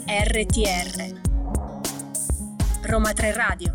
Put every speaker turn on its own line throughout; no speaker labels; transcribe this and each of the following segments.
RTR Roma 3 Radio.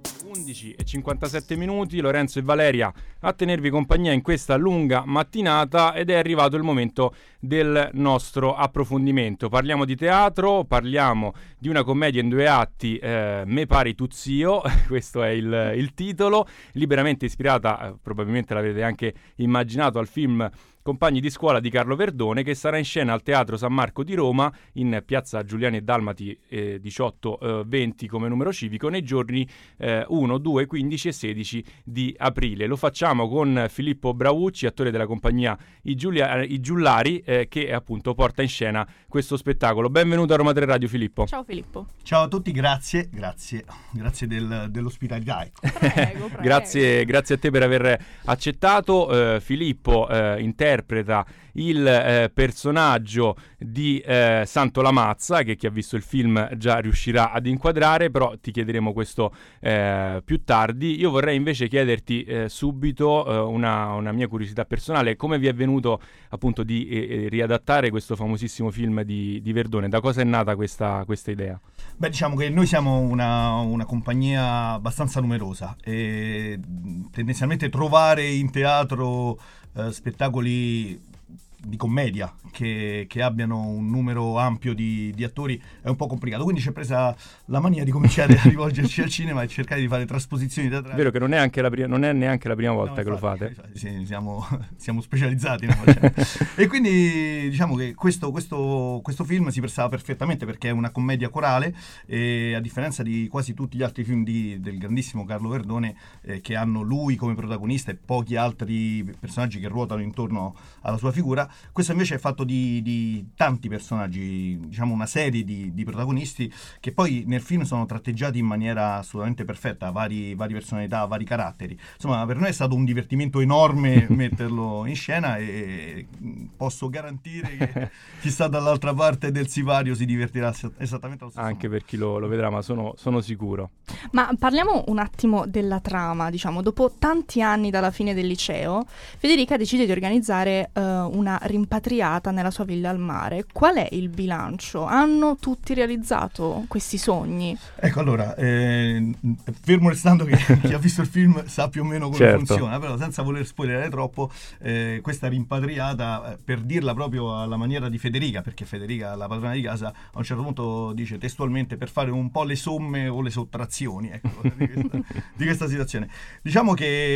11:57, Lorenzo e Valeria a tenervi compagnia in questa lunga mattinata ed è arrivato il momento del nostro approfondimento. Parliamo di teatro, parliamo di una commedia in 2 atti, Me pari tu zio, questo è il titolo, liberamente ispirata, probabilmente l'avete anche immaginato, al film Compagni di scuola di Carlo Verdone, che sarà in scena al Teatro San Marco di Roma in piazza Giuliani e Dalmati 18-20 come numero civico nei giorni 1, 2, 15 e 16 di aprile. Lo facciamo con Filippo Braucci, attore della compagnia I Giullari, che appunto porta in scena questo spettacolo. Benvenuto a Roma 3 Radio, Filippo.
Ciao Filippo.
Ciao a tutti, grazie dell'ospitalità.
Prego.
Grazie a te per aver accettato. Filippo interpreta il personaggio di Santo Lamazza, che chi ha visto il film già riuscirà ad inquadrare, però ti chiederemo questo più tardi. Io vorrei invece chiederti subito una mia curiosità personale: come vi è venuto appunto di riadattare questo famosissimo film di Verdone? Da cosa è nata questa idea?
Beh, diciamo che noi siamo una compagnia abbastanza numerosa e tendenzialmente trovare in teatro spettacoli di commedia che abbiano un numero ampio di attori è un po' complicato, quindi ci è presa la mania di cominciare a rivolgerci al cinema e cercare di fare trasposizioni teatrali.
Vero che non è neanche la prima volta che
infatti,
lo fate.
sì, siamo specializzati, no? E quindi diciamo che questo film si prestava perfettamente perché è una commedia corale, e a differenza di quasi tutti gli altri film del grandissimo Carlo Verdone, che hanno lui come protagonista e pochi altri personaggi che ruotano intorno alla sua figura, questo invece è fatto di tanti personaggi, diciamo una serie di protagonisti che poi nel film sono tratteggiati in maniera assolutamente perfetta, vari personalità, vari caratteri. Insomma, per noi è stato un divertimento enorme metterlo in scena e posso garantire che chi sta dall'altra parte del sipario si divertirà esattamente allo stesso
Anche
modo.
per chi lo vedrà, ma sono sicuro.
Ma parliamo un attimo della trama, diciamo. Dopo tanti anni dalla fine del liceo, Federica decide di organizzare una rimpatriata nella sua villa al mare. Qual è il bilancio? Hanno tutti realizzato questi sogni?
Ecco, allora, fermo restando che chi ha visto il film sa più o meno come funziona, però senza voler spoilerare troppo, questa rimpatriata, per dirla proprio alla maniera di Federica, perché Federica, la padrona di casa, a un certo punto dice testualmente: per fare un po' le somme o le sottrazioni, ecco, di questa situazione. Diciamo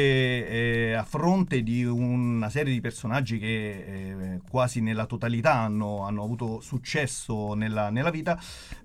che a fronte di una serie di personaggi che quasi nella totalità hanno avuto successo nella vita,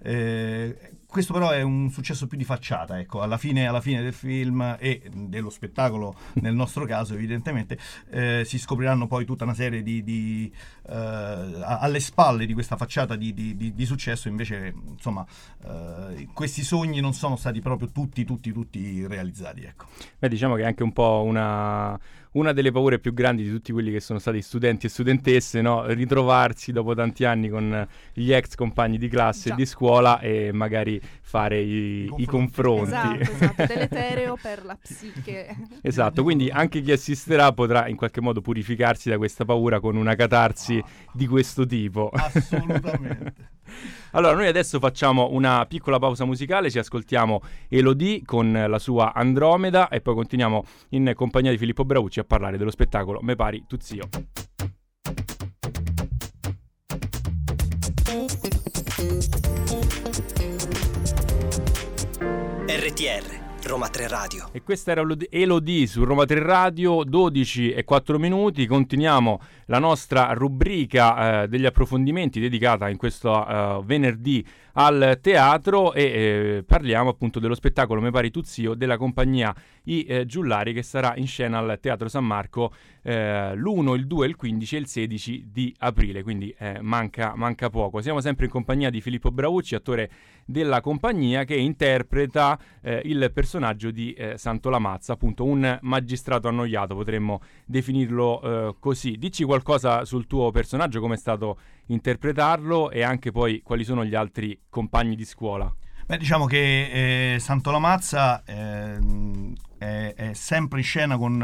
questo però è un successo più di facciata, ecco. Alla fine del film e dello spettacolo, nel nostro caso evidentemente, si scopriranno poi tutta una serie di alle spalle di questa facciata di successo, invece insomma questi sogni non sono stati proprio tutti realizzati, ecco.
Beh, diciamo che è anche un po' una delle paure più grandi di tutti quelli che sono stati studenti e studentesse, no? Ritrovarsi dopo tanti anni con gli ex compagni di classe e di scuola e magari fare i confronti.
Esatto, deletereo per la psiche.
Esatto, quindi anche chi assisterà potrà in qualche modo purificarsi da questa paura con una catarsi di questo tipo.
Assolutamente.
Allora, noi adesso facciamo una piccola pausa musicale, ci ascoltiamo Elodie con la sua Andromeda e poi continuiamo in compagnia di Filippo Braucci a parlare dello spettacolo Me pari tu zio.
RTR Roma 3 Radio.
E questa era Elodie su Roma 3 Radio, 12:04. Continuiamo la nostra rubrica degli approfondimenti dedicata in questo venerdì al teatro e parliamo appunto dello spettacolo Me pari tu zio della compagnia I Giullari, che sarà in scena al Teatro San Marco l'1, il 2, il 15 e il 16 di aprile, quindi manca poco. Siamo sempre in compagnia di Filippo Braucci, attore della compagnia, che interpreta il personaggio di Santo Lamazza, appunto un magistrato annoiato, potremmo definirlo così. Dici qualcosa sul tuo personaggio, come è stato interpretarlo e anche poi quali sono gli altri compagni di scuola?
Beh, diciamo che Santo Lamazza è sempre in scena con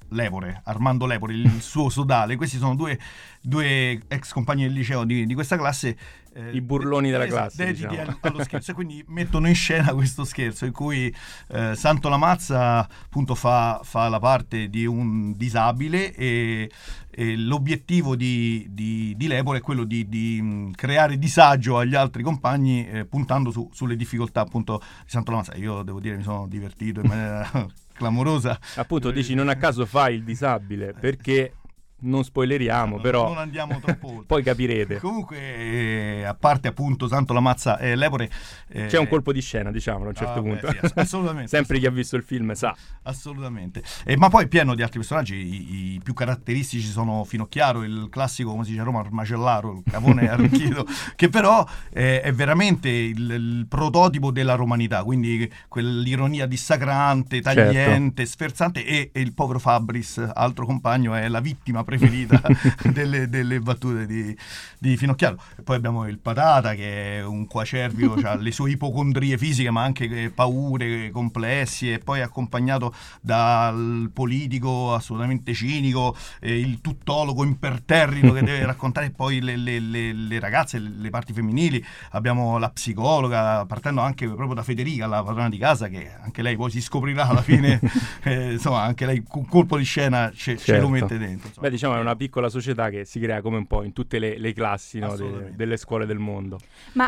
Lepore, Armando Lepore, il suo sodale. Questi sono due ex compagni del liceo di questa classe,
i burloni della classe,
dediti allo scherzo, e quindi mettono in scena questo scherzo in cui Santo Lamazza appunto fa la parte di un disabile, e l'obiettivo di Lepore è quello di creare disagio agli altri compagni, puntando sulle difficoltà appunto di Santo Lamazza. Io devo dire mi sono divertito in maniera clamorosa.
Appunto dici, non a caso fa il disabile, perché non spoileriamo, però
non andiamo troppo oltre.
Poi capirete.
Comunque, a parte appunto Santo Lamazza e Lepore,
c'è un colpo di scena, diciamo, a un certo punto.
Sì, assolutamente.
Sempre chi ha visto il film sa.
Assolutamente. Ma poi pieno di altri personaggi. I più caratteristici sono Finocchiaro, il classico, come si dice a Roma, Macellaro, il cavone arricchito, che però è veramente il prototipo della romanità, quindi quell'ironia dissacrante, tagliente, sferzante, e il povero Fabris, altro compagno, è la vittima preferita delle battute di Finocchiaro. E poi abbiamo il Patata, che è un quacervio, ha le sue ipocondrie fisiche ma anche paure complessi, e poi accompagnato dal politico assolutamente cinico, il tuttologo imperterrito che deve raccontare poi le ragazze, le parti femminili. Abbiamo la psicologa, partendo anche proprio da Federica, la padrona di casa, che anche lei poi si scoprirà alla fine insomma, anche lei un colpo di scena ce lo mette dentro, insomma.
Beh, diciamo è una piccola società che si crea come un po' in tutte le classi, no, delle scuole del mondo.
Ma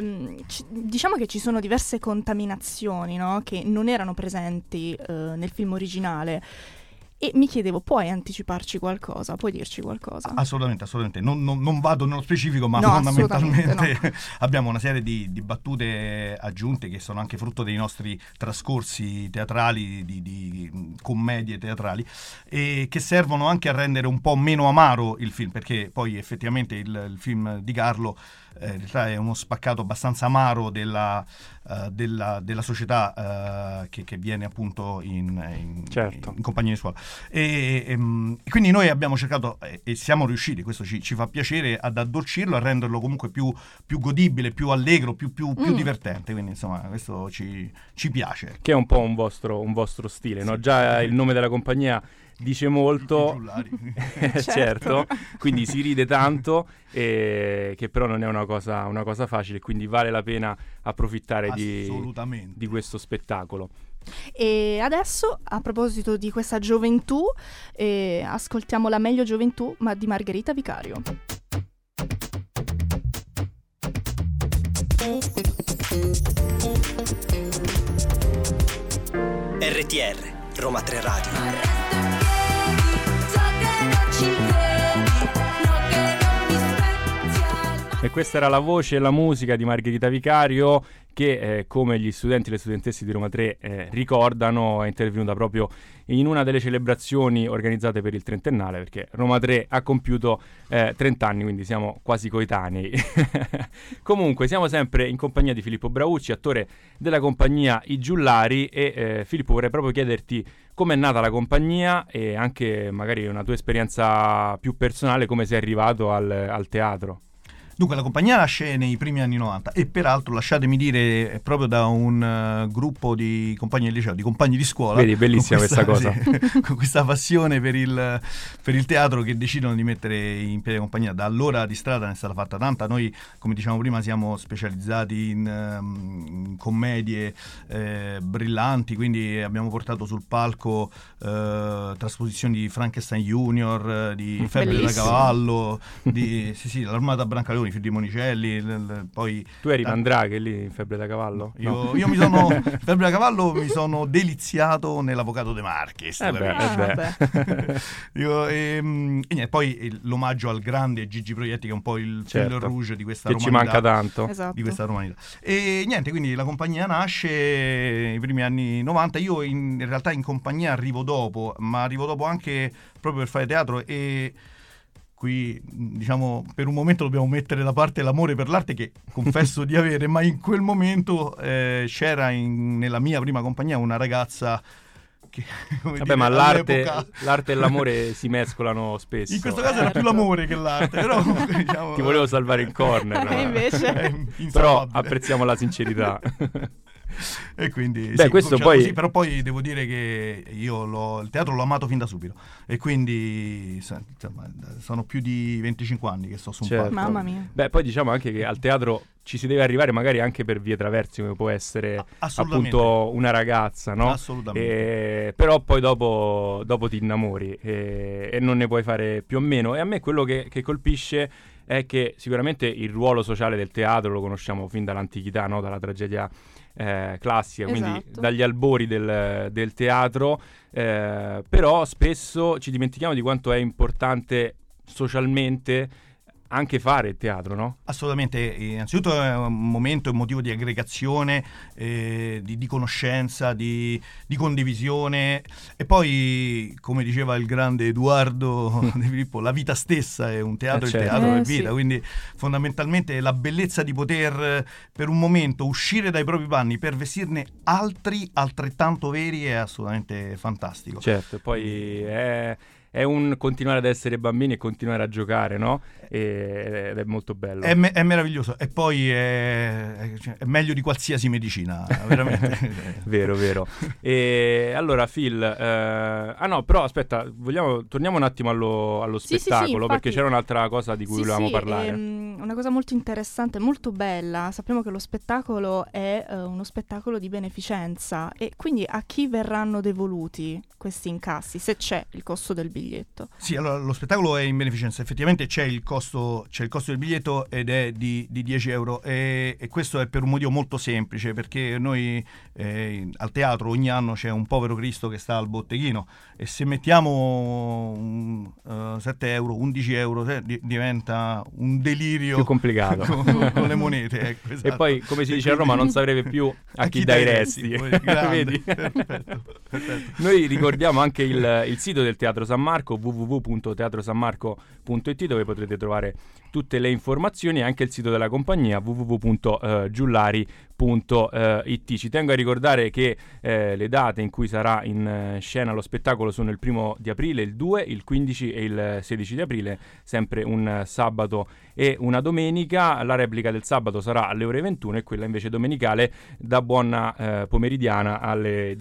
diciamo che ci sono diverse contaminazioni, no, che non erano presenti nel film originale. E mi chiedevo, puoi anticiparci qualcosa? Puoi dirci qualcosa?
Assolutamente. Non vado nello specifico, ma
no,
fondamentalmente
no.
Abbiamo una serie di battute aggiunte che sono anche frutto dei nostri trascorsi teatrali, di commedie teatrali, e che servono anche a rendere un po' meno amaro il film, perché poi effettivamente il film di Carlo in realtà è uno spaccato abbastanza amaro della società che viene appunto in compagnia di scuola, e quindi noi abbiamo cercato e siamo riusciti, questo ci fa piacere, ad addolcirlo, a renderlo comunque più godibile, più allegro, più divertente, quindi insomma questo ci piace,
che è un po' un vostro stile, sì, no? Già il nome della compagnia dice molto. Certo, quindi si ride tanto, che però non è una cosa facile, quindi vale la pena approfittare di questo spettacolo.
E adesso, a proposito di questa gioventù, ascoltiamo La meglio gioventù, ma di Margherita Vicario.
RTR Roma 3 Radio.
E questa era la voce e la musica di Margherita Vicario, che come gli studenti e le studentesse di Roma 3 ricordano, è intervenuta proprio in una delle celebrazioni organizzate per il trentennale, perché Roma 3 ha compiuto 30 anni, quindi siamo quasi coetanei. Comunque siamo sempre in compagnia di Filippo Braucci, attore della compagnia I Giullari, e Filippo, vorrei proprio chiederti come è nata la compagnia e anche magari una tua esperienza più personale, come sei arrivato al teatro.
Dunque, la compagnia nasce nei primi anni 90 e peraltro, lasciatemi dire, proprio da un gruppo di compagni del liceo, di compagni di scuola.
Vedi, bellissima questa cosa.
Sì, con questa passione per il teatro, che decidono di mettere in piedi la compagnia. Da allora di strada ne è stata fatta tanta. Noi, come dicevamo prima, siamo specializzati in commedie brillanti, quindi abbiamo portato sul palco trasposizioni di Frankenstein Junior, di Febbre da cavallo, di l'Armata Brancaleone, i Figli Monicelli, poi
tu eri Mandraghe lì in Febbre da cavallo?
Io mi sono Febbre da cavallo mi sono deliziato nell'Avvocato De Marchis. E niente, poi l'omaggio al grande Gigi Proietti, che è un po' il fil rouge di questa
che
romanità,
ci manca tanto,
esatto,
di questa romanità. E niente, quindi la compagnia nasce nei primi anni 90. Io in realtà in compagnia arrivo dopo, ma arrivo dopo anche proprio per fare teatro, e qui, diciamo, per un momento dobbiamo mettere da parte l'amore per l'arte, che confesso di avere, ma in quel momento c'era nella mia prima compagnia una ragazza che,
ma l'arte e l'amore si mescolano spesso.
In questo caso era più l'amore che l'arte, però diciamo,
ti volevo salvare in corner.
Invece
però apprezziamo la sincerità.
E quindi
beh, questo poi...
così, però poi devo dire che io il teatro l'ho amato fin da subito, e quindi insomma, sono più di 25 anni che sto su un palco.
Mamma mia.
Beh, poi diciamo anche che al teatro ci si deve arrivare magari anche per vie traverse, come può essere appunto una ragazza, no?
Assolutamente.
Però poi dopo ti innamori e non ne puoi fare più o meno. E a me quello che colpisce è che sicuramente il ruolo sociale del teatro lo conosciamo fin dall'antichità, no? Dalla tragedia classica, quindi
Esatto.
dagli albori del teatro, però spesso ci dimentichiamo di quanto è importante socialmente anche fare il teatro, no?
Assolutamente, innanzitutto è un momento, è un motivo di aggregazione, di conoscenza, di condivisione, e poi, come diceva il grande Edoardo De Filippo, la vita stessa è un teatro,
certo.
Il teatro è vita,
Sì.
quindi fondamentalmente la bellezza di poter per un momento uscire dai propri panni per vestirne altri altrettanto veri è assolutamente fantastico.
Certo, poi è un continuare ad essere bambini e continuare a giocare, no? Ed è molto bello.
È meraviglioso, e poi è meglio di qualsiasi medicina, veramente.
Vero. E allora, Phil, no, però aspetta, torniamo un attimo allo
Sì,
spettacolo,
infatti,
perché c'era un'altra cosa di cui volevamo parlare.
Una cosa molto interessante, molto bella. Sappiamo che lo spettacolo è uno spettacolo di beneficenza, e quindi a chi verranno devoluti questi incassi, se c'è il costo del biglietto?
Sì, allora lo spettacolo è in beneficenza, effettivamente c'è il costo del biglietto, ed è di 10 euro, e questo è per un motivo molto semplice, perché noi al teatro ogni anno c'è un povero Cristo che sta al botteghino, e se mettiamo 7 euro, 11 euro diventa un delirio
Più complicato.
con le monete, ecco, esatto.
E poi, come si dice a Roma, non saprebbe più a chi dai resti. Vedi?
Perfetto.
Noi ricordiamo anche il sito del Teatro San Marco, www.teatrosanmarco.it, dove potrete trovare tutte le informazioni, e anche il sito della compagnia, www.giullari.it. Ci tengo a ricordare che le date in cui sarà in scena lo spettacolo sono il 1 di aprile, il 2, il 15 e il 16 di aprile, sempre un sabato e una domenica. La replica del sabato sarà alle ore 21 e quella invece domenicale da buona pomeridiana alle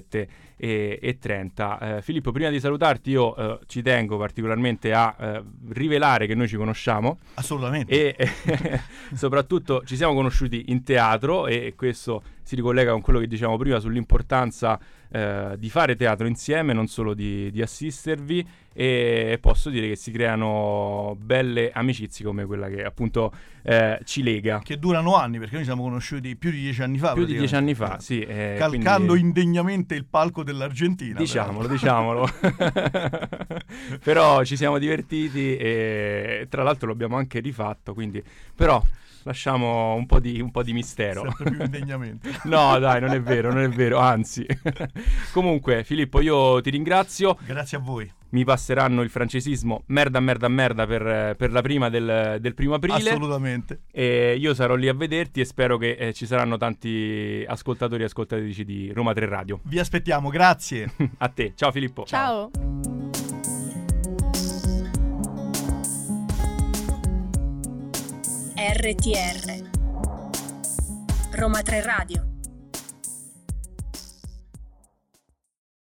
17:30. Filippo, prima di salutarti io ci tengo particolarmente a rivelare che noi ci conosciamo.
Assolutamente.
E soprattutto ci siamo conosciuti in teatro, e questo si ricollega con quello che dicevamo prima sull'importanza di fare teatro insieme, non solo di assistervi, e posso dire che si creano belle amicizie come quella che appunto ci lega.
Che durano anni, perché noi siamo conosciuti più di 10 anni fa.
Più di 10 anni fa, sì.
Calcando
quindi...
indegnamente il palco dell'Argentina.
Diciamolo. Però ci siamo divertiti, e tra l'altro l'abbiamo anche rifatto, quindi... Però... lasciamo un po' di mistero.
Sempre più indegnamente.
No, dai, non è vero, anzi. Comunque, Filippo, io ti ringrazio.
Grazie a voi.
Mi passeranno il francesismo merda per la prima del 1 aprile.
Assolutamente.
E io sarò lì a vederti, e spero che ci saranno tanti ascoltatori e ascoltatrici di Roma 3 Radio.
Vi aspettiamo, grazie.
A te, ciao Filippo.
Ciao.
RTR Roma 3 Radio.